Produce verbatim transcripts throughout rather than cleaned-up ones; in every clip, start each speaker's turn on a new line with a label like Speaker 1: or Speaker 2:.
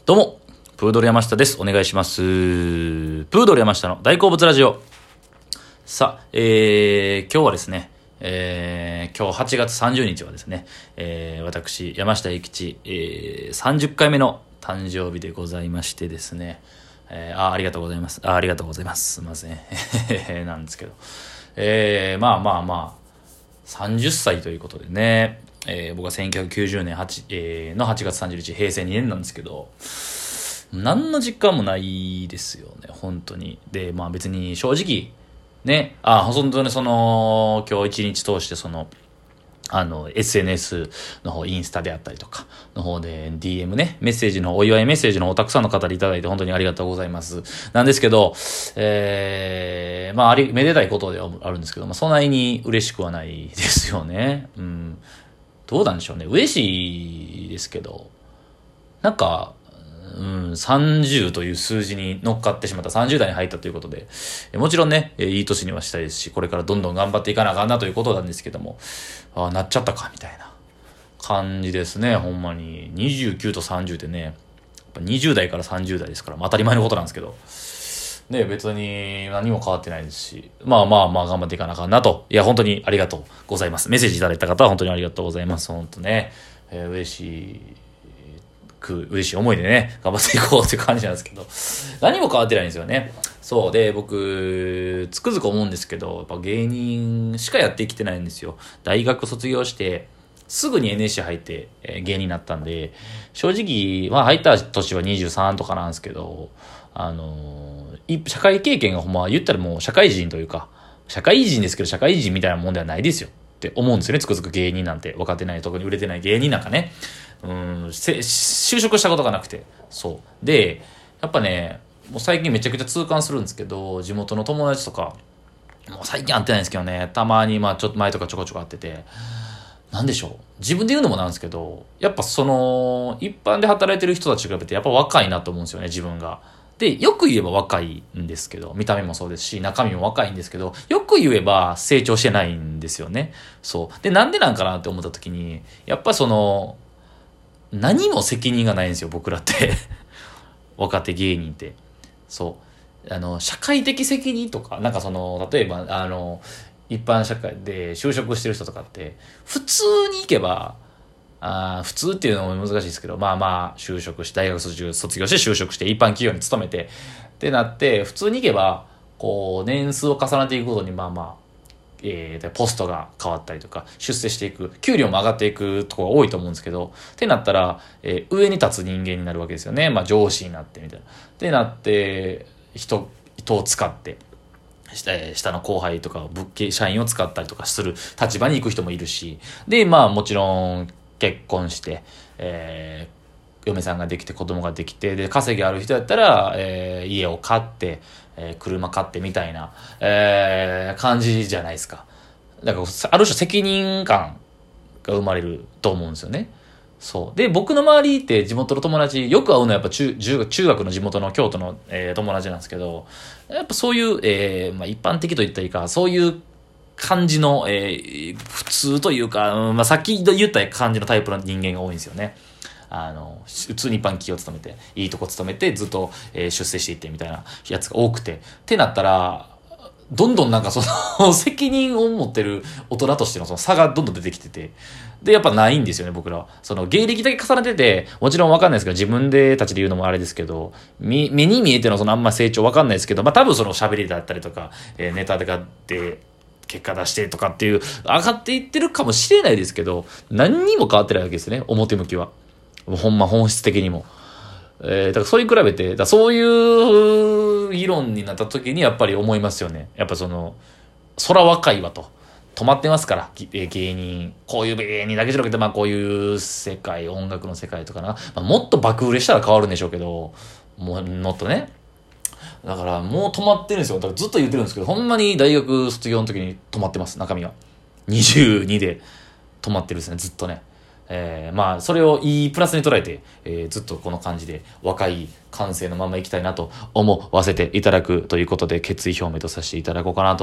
Speaker 1: どうも、プードル山下です。お願いします。プードル山下の大好物ラジオ。さあ、えー、今日はですね、えー、今日はちがつさんじゅうにちはですね、えー、私、山下幸吉、えー、さんじゅっかいめの誕生日でございましてですね、えー、あ、ありがとうございます。あ、ありがとうございます。すいません。なんですけど。えー、まあまあまあ、さんじゅっさいということでね、えー、僕はせんきゅうひゃくきゅうじゅうねんはち、えー、のはちがつさんじゅうにち、へいせいにねんなんですけど、何の実感もないですよね、本当に。で、まあ別に正直、ね、あ、本当にその、今日一日通してその、あの、エスエヌエス の方、インスタであったりとか、の方で ディーエム ね、メッセージの、お祝いメッセージの方たくさんの方でいただいて本当にありがとうございます。なんですけど、えー、まあ、あり、めでたいことではあるんですけど、まあ、そんなに嬉しくはないですよね。うん。どうなんでしょうね。嬉しいですけど、なんか、うん、さんじゅうという数字に乗っかってしまった、さんじゅうだいに入ったということで、もちろんね、いい年にはしたいですし、これからどんどん頑張っていかなあかんなということなんですけども、ああ、なっちゃったか、みたいな感じですね、ほんまに。にじゅうきゅうとさんじゅうってね、やっぱにじゅうだいからさんじゅうだいですから、まあ、当たり前のことなんですけど、ね、別に何も変わってないですし、まあまあまあ頑張っていかなあかんなと。いや、本当にありがとうございます。メッセージいただいた方は本当にありがとうございます。本当ね、えー、嬉しい。嬉しい思いでね、頑張っていこうっていう感じなんですけど、何も変わってないんですよね。そうで、僕、つくづく思うんですけど、やっぱ芸人しかやってきてないんですよ。大学卒業して、すぐに エヌエスシー 入って、えー、芸人になったんで、正直、まあ入った年はにじゅうさんとかなんですけど、あのー、社会経験がほんま言ったらもう社会人というか、社会人ですけど社会人みたいなもんではないですよって思うんですよね。つくづく芸人なんて。分かってない、特に売れてない芸人なんかね。うん、就職したことがなくて。そう。で、やっぱね、もう最近めちゃくちゃ痛感するんですけど、地元の友達とか、もう最近会ってないんですけどね、たまにまあちょっと前とかちょこちょこ会ってて、なんでしょう。自分で言うのもなんですけど、やっぱその、一般で働いてる人たちと比べてやっぱ若いなと思うんですよね、自分が。で、よく言えば若いんですけど、見た目もそうですし、中身も若いんですけど、よく言えば成長してないんですよね。そう。で、なんでなんかなって思った時に、やっぱその、何も責任がないんですよ、僕らって。若手芸人って。そう。あの、社会的責任とか、なんかその、例えば、あの、一般社会で就職してる人とかって、普通に行けば、あ普通っていうのも難しいですけど、まあまあ、就職して、大学卒業して就職して、一般企業に勤めて、ってなって、普通に行けば、こう、年数を重ねていくことに、まあまあ、えー、ポストが変わったりとか、出世していく、給料も上がっていくところが多いと思うんですけど、ってなったら、えー、上に立つ人間になるわけですよね。まあ上司になってみたいな。ってなって、人、人を使って、下の後輩とか物件、社員を使ったりとかする立場に行く人もいるし、で、まあもちろん結婚して、えー、嫁さんができて子供ができて、で、稼ぎある人だったら、えー、家を買って、えー、車買ってみたいな、えー、感じじゃないですか。だから、ある種責任感が生まれると思うんですよね。そう。で、僕の周りって地元の友達、よく会うのはやっぱ中、中中学の地元の京都の、えー、友達なんですけど、やっぱそういう、えー、まあ一般的と言ったらいいか、そういう感じの、えー、普通というか、うん、まあさっき言った感じのタイプの人間が多いんですよね。あの、普通に一般企業を勤めて、いいとこ勤めて、ずっと、えー、出世していってみたいなやつが多くて。ってなったら、どんどんなんかその責任を持ってる大人としてのその差がどんどん出てきてて。で、やっぱないんですよね、僕らは。その芸歴だけ重ねてて、もちろんわかんないですけど、自分でたちで言うのもあれですけど、目に見えてのそのあんま成長わかんないですけど、まあ多分その喋りだったりとか、えー、ネタでがって、結果出してとかっていう、上がっていってるかもしれないですけど、何にも変わってないわけですね、表向きは。ほんま本質的にも。えー、だからそれに比べて、だそういう議論になった時にやっぱり思いますよね。やっぱその、空若いわと。止まってますから、芸人。こういう芸人だけじゃなくて、まあこういう世界、音楽の世界とかな。まあ、もっと爆売れしたら変わるんでしょうけど、もう、もっとね。だからもう止まってるんですよ。だからずっと言ってるんですけど、ほんまに大学卒業の時に止まってます、中身は。にじゅうにで止まってるんですね、ずっとね。えー、まあそれをいいプラスに捉えて、えー、ずっとこの感じで若い感性のままいきたいなと思わせていただくということで決意表明とさせていただこうかなと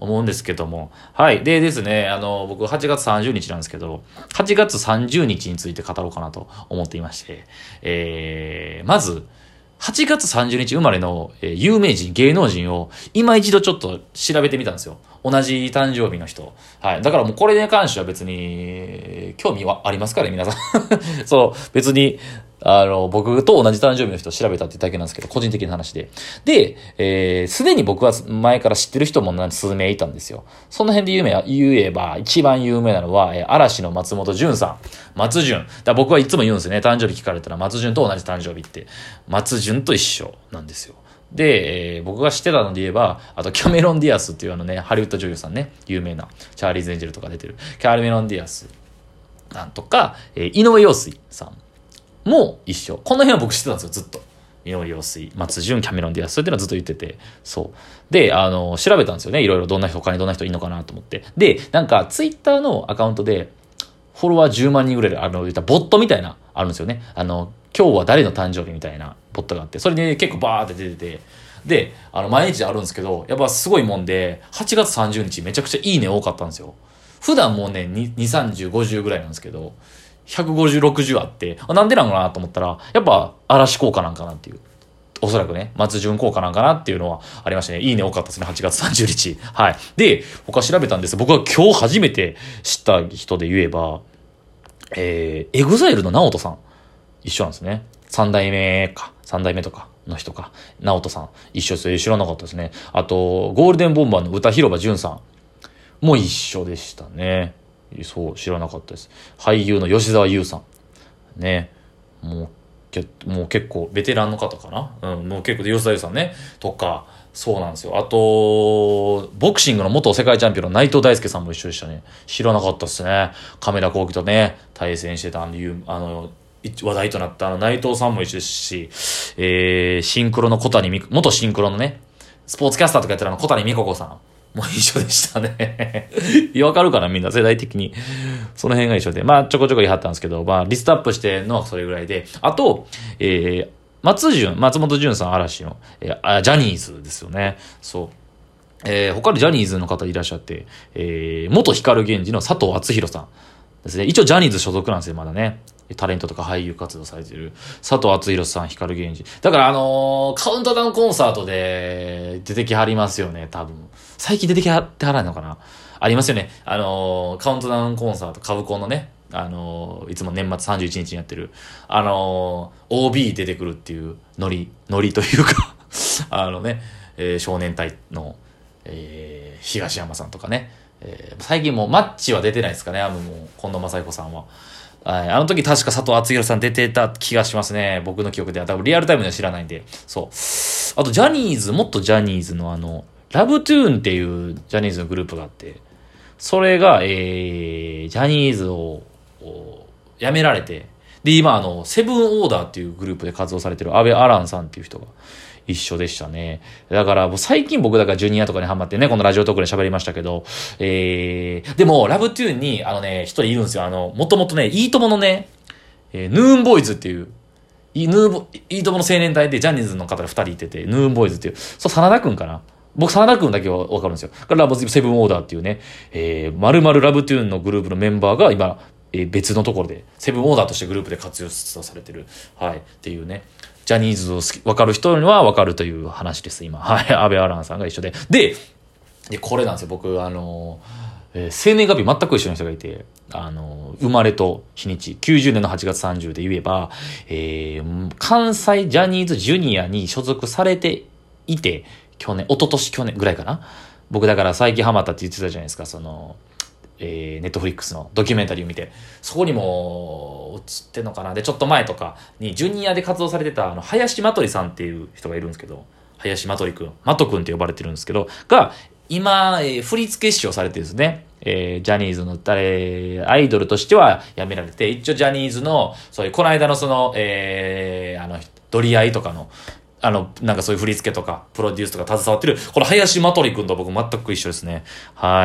Speaker 1: 思うんですけども。はい。でですね、あの、僕はちがつさんじゅうにちなんですけど、はちがつさんじゅうにちについて語ろうかなと思っていまして、えー、まず、はちがつさんじゅうにち生まれの、えー、有名人、芸能人を今一度ちょっと調べてみたんですよ。同じ誕生日の人。はい。だからもうこれに関しては別に、興味はありますからね、皆さん。そう、別に、あの、僕と同じ誕生日の人を調べたってだけなんですけど、個人的な話で。で、えー、すでに僕は前から知ってる人も数名いたんですよ。その辺で有名、言えば、一番有名なのは、えー、嵐の松本潤さん。松潤。だ僕はいつも言うんですよね。誕生日聞かれたら松潤と同じ誕生日って。松潤と一緒なんですよ。で、えー、僕が知ってたので言えば、あとキャメロン・ディアスっていうあのね、ハリウッド女優さんね、有名な、チャーリーズ・エンジェルとか出てる、キャメロン・ディアスなんとか、えー、井上陽水さんも一緒。この辺は僕知ってたんですよ、ずっと。井上陽水、松潤、キャメロン・ディアスっていうのはずっと言ってて、そう。で、あの、調べたんですよね。いろいろどんな人、他にどんな人いるのかなと思って。で、なんか、ツイッターのアカウントで、フォロワーじゅうまんにんぐらいで、あの、言ったボットみたいな、あるんですよね。あの、今日は誰の誕生日みたいなボットがあって、それで結構バーって出てて、で、あの、毎日あるんですけど、やっぱすごいもんで、はちがつさんじゅうにちめちゃくちゃいいね多かったんですよ。普段もうね、に、さんじゅう、ごじゅうぐらいなんですけど、ひゃくごじゅう、ろくじゅうあって、なんでなんかなと思ったら、やっぱ嵐効果なんかなっていう。おそらくね、松潤効果なんかなっていうのはありましたね。いいね多かったですね、はちがつさんじゅうにち。はい。で、他調べたんです。僕は今日初めて知った人で言えば、えー、エグザイルのナオトさん。一緒なんですね。三代目か。三代目とかの人か。ナオトさん。一緒ですよ。知らなかったですね。あと、ゴールデンボンバーの歌広場淳さんも一緒でしたね。そう、知らなかったです。俳優の吉沢優さん。ね。もう、けもう結構ベテランの方かな。うん、もう結構吉沢優さんね。とか、そうなんですよ。あと、ボクシングの元世界チャンピオンの内藤大輔さんも一緒でしたね。知らなかったですね。亀田光輝とね、対戦してたあの、あの話題となったあの内藤さんも一緒ですし、えー、シンクロの小谷美元シンクロのね、スポーツキャスターとかやってるあの小谷美子子さん。もう一緒でしたね。いや、わかるかなみんな世代的に。その辺が一緒で。まあ、ちょこちょこ言い張ったんですけど、まあ、リストアップしてるのはそれぐらいで。あと、えー、松潤、松本潤さん嵐の、えーあ、ジャニーズですよね。そう。えー、他にジャニーズの方いらっしゃって、えー、元光源氏の佐藤敦弘さんですね。一応ジャニーズ所属なんですよ、まだね。タレントとか俳優活動されてる佐藤敦弘さん、光源氏。だからあのー、カウントダウンコンサートで出てきはりますよね、多分。最近出てきはってはらないのかなありますよね。あのー、カウントダウンコンサート、カブコンのね、あのー、いつも年末さんじゅういちにちにやってる、あのー、オービー 出てくるっていうノリ、ノリというか、あのね、えー、少年隊の、えー、東山さんとかね、えー、最近もうマッチは出てないですかね、あのもう、近藤正彦さんは。はい。あの時確か佐藤敦弘さん出てた気がしますね。僕の記憶では。多分リアルタイムでは知らないんで。そう。あと、ジャニーズ、もっとジャニーズのあの、ラブトゥーンっていうジャニーズのグループがあって、それが、えー、ジャニーズを、辞められて、で、今あの、セブンオーダーっていうグループで活動されてる安倍アランさんっていう人が一緒でしたね。だから、もう最近僕だからジュニアとかにハマってね、このラジオトークで喋りましたけど、えー、でも、ラブトゥーンに、あのね、一人いるんですよ。あの、もともとね、いいとものね、えー、ヌーンボーイズっていう、いい、ヌーボ、いいともの青年隊でジャニーズの方が二人いてて、ヌーンボーイズっていう、そう、真田くんかな。僕、真田くんだけはわかるんですよ。から、ラブセブンオーダーっていうね、えー、まるまるラブトゥーンのグループのメンバーが今、えー、別のところで、セブンオーダーとしてグループで活用されてる、はい、っていうね。ジャニーズを好き、わかる人にはわかるという話です、今。はい。安倍アランさんが一緒で。で、で、これなんですよ。僕、あの、えー、生年月日全く一緒の人がいて、あの、生まれと日にち、きゅうじゅうねんのはちがつさんじゅうで言えば、えー、関西ジャニーズジュニアに所属されていて、去年、一昨年去年ぐらいかな。僕だから最近ハマったって言ってたじゃないですか、その、えー、ネットフリックスのドキュメンタリーを見て、そこにも映ってんのかな。で、ちょっと前とかに、ジュニアで活動されてた、あの、林真鳥さんっていう人がいるんですけど、林真鳥くん、真鳥くんって呼ばれてるんですけど、が、今、えー、振付師をされてるんですね。えー、ジャニーズの誰、アイドルとしては辞められて、一応ジャニーズの、そういう、この間のその、えー、あの、ドリアイとかの、あの、なんかそういう振り付けとか、プロデュースとか携わってる、この林真鳥くんと僕全く一緒ですね。はい。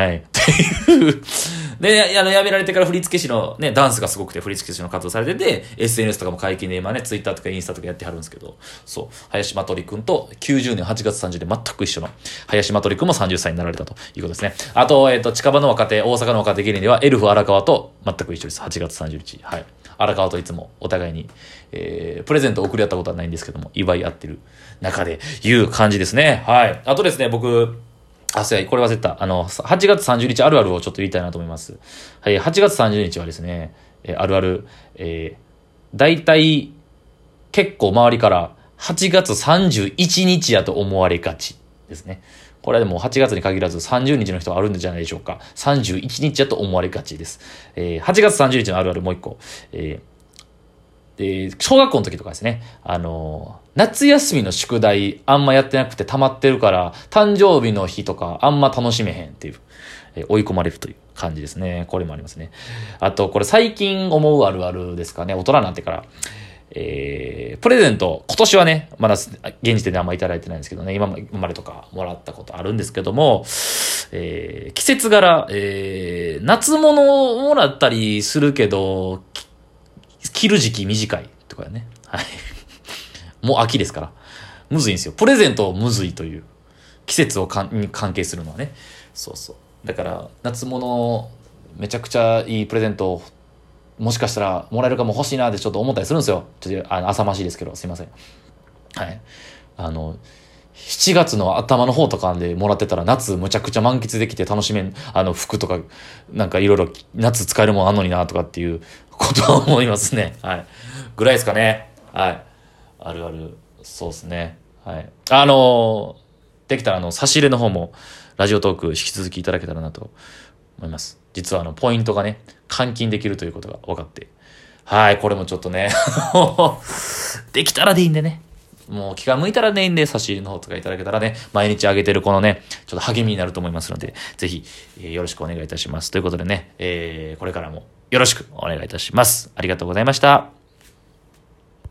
Speaker 1: で、あの、辞められてから振付師のね、ダンスがすごくて振付師の活動されてて、エスエヌエス とかも解禁で今ね、ツイッターとかインスタとかやってはるんですけど、そう、林真鳥くんときゅうじゅうねんはちがつさんじゅうにちで全く一緒の、林真鳥くんもさんじゅっさいになられたということですね。あと、えっと、近場の若手、大阪の若手芸人では、エルフ荒川と全く一緒です。はちがつさんじゅうにち。はい。荒川といつもお互いに、えー、プレゼントを送り合ったことはないんですけども、祝い合ってる中でいう感じですね。はい。あとですね、僕、あ、そうや、これ忘れた。あの、はちがつさんじゅうにちあるあるをちょっと言いたいなと思います。はい、はちがつさんじゅうにちはですね、えー、あるある、えー、大体、結構周りから、はちがつさんじゅういちにちやと思われがちですね。これはでもはちがつに限らずさんじゅうにちの人があるんじゃないでしょうか。さんじゅういちにちやと思われがちです。えー、はちがつさんじゅうにちのあるあるもう一個。えー、で、小学校の時とかですね、あのー、夏休みの宿題あんまやってなくて溜まってるから、誕生日の日とかあんま楽しめへんっていう、えー、追い込まれるという感じですね。これもありますね。あと、これ最近思うあるあるですかね。大人になってから。えー、プレゼント、今年はね、まだ現時点であんまいただいてないんですけどね、今までとかもらったことあるんですけども、えー、季節柄、えー、夏物をもらったりするけど、着る時期短いとかね。はい。もう秋ですから。むずいんですよ。プレゼントむずいという。季節をかんに関係するのはね。そうそう。だから、夏物、めちゃくちゃいいプレゼントをもしかしたらもらえるかも欲しいなってちょっと思ったりするんですよ。ちょっとあの浅ましいですけど、すいません。はい。あの、しちがつの頭の方とかでもらってたら夏むちゃくちゃ満喫できて楽しめん、あの服とか、なんかいろいろ夏使えるもんあんのになとかっていうことは思いますね。はい。ぐらいですかね。はい。あるある。そうですね。はい。あのー、できたらあの、差し入れの方もラジオトーク引き続きいただけたらなと思います。実はあの、ポイントがね、換金できるということが分かって。はい、これもちょっとね、できたらでいいんでね。もう気が向いたらでいいんで、差し入れの方とかいただけたらね、毎日あげてるこのね、ちょっと励みになると思いますので、ぜひ、えー、よろしくお願いいたします。ということでね、えー、これからもよろしくお願いいたします。ありがとうございました。